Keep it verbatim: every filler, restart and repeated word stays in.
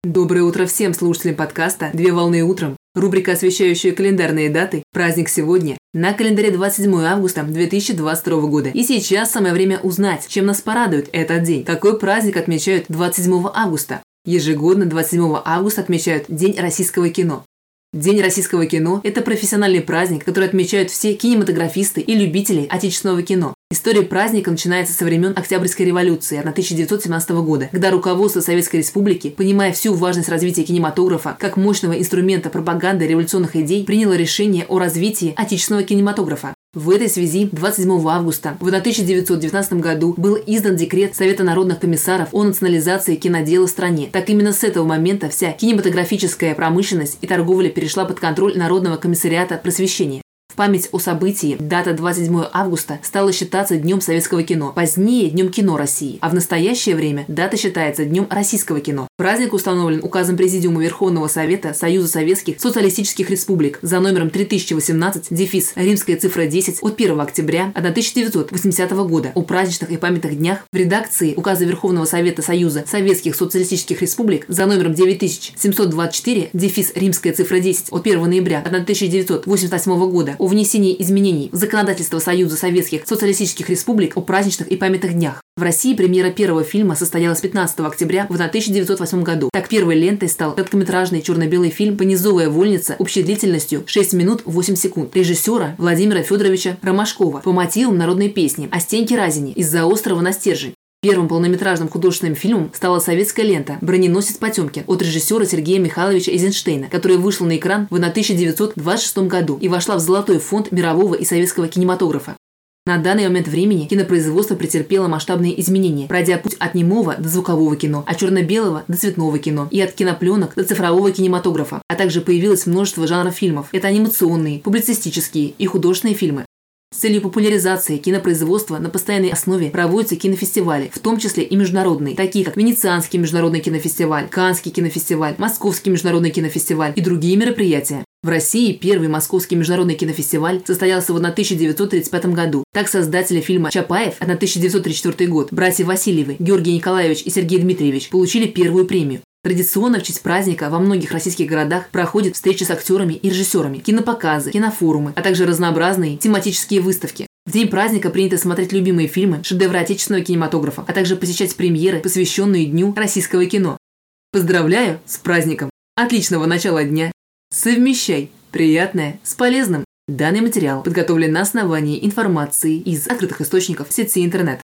Доброе утро всем слушателям подкаста «Две волны утром». Рубрика, освещающая календарные даты. Праздник сегодня. На календаре двадцать седьмое августа две тысячи двадцать второго года. И сейчас самое время узнать, чем нас порадует этот день. Какой праздник отмечают двадцать седьмого августа? Ежегодно двадцать седьмого августа отмечают День российского кино. День российского кино – это профессиональный праздник, который отмечают все кинематографисты и любители отечественного кино. История праздника начинается со времен Октябрьской революции тысяча девятьсот семнадцатого года, когда руководство Советской Республики, понимая всю важность развития кинематографа как мощного инструмента пропаганды революционных идей, приняло решение о развитии отечественного кинематографа. В этой связи двадцать седьмого августа в тысяча девятьсот девятнадцатом году был издан декрет Совета народных комиссаров о национализации кинодела в стране. Так именно с этого момента вся кинематографическая промышленность и торговля перешла под контроль Народного комиссариата просвещения. В память о событии дата двадцать седьмого августа стала считаться Днем советского кино, позднее Днем кино России, а в настоящее время дата считается Днем российского кино. Праздник установлен указом Президиума Верховного Совета Союза Советских Социалистических Республик за номером три тысячи восемнадцать, дефис, римская цифра десять от первого октября тысяча девятьсот восьмидесятого года о праздничных и памятных днях в редакции указа Верховного Совета Союза Советских Социалистических Республик за номером девять тысяч семьсот двадцать четыре, дефис, римская цифра десять от первого ноября тысяча девятьсот восемьдесят восьмого года о внесении изменений в законодательство Союза Советских Социалистических Республик о праздничных и памятных днях. В России премьера первого фильма состоялась пятнадцатого октября в тысяча девятьсот восьмом году. Так первой лентой стал короткометражный черно-белый фильм «Понизовая вольница» общей длительностью шесть минут восемь секунд режиссера Владимира Федоровича Ромашкова по мотивам народной песни о Стеньке Разине «Из-за острова на стержень». Первым полнометражным художественным фильмом стала советская лента «Броненосец Потемкин» от режиссера Сергея Михайловича Эйзенштейна, которая вышла на экран в тысяча девятьсот двадцать шестом году и вошла в золотой фонд мирового и советского кинематографа. На данный момент времени кинопроизводство претерпело масштабные изменения, пройдя путь от немого до звукового кино, от черно-белого до цветного кино и от кинопленок до цифрового кинематографа, а также появилось множество жанров фильмов. Это анимационные, публицистические и художественные фильмы. С целью популяризации кинопроизводства на постоянной основе проводятся кинофестивали, в том числе и международные, такие как Венецианский международный кинофестиваль, Каннский кинофестиваль, Московский международный кинофестиваль и другие мероприятия. В России первый Московский международный кинофестиваль состоялся в тысяча девятьсот тридцать пятом году. Так создатели фильма «Чапаев» тысяча девятьсот тридцать четвёртый год, братья Васильевы, Георгий Николаевич и Сергей Дмитриевич получили первую премию. Традиционно в честь праздника во многих российских городах проходят встречи с актерами и режиссерами, кинопоказы, кинофорумы, а также разнообразные тематические выставки. В день праздника принято смотреть любимые фильмы, шедевры отечественного кинематографа, а также посещать премьеры, посвященные Дню российского кино. Поздравляю с праздником! Отличного начала дня! Совмещай приятное с полезным! Данный материал подготовлен на основании информации из открытых источников в сети интернет.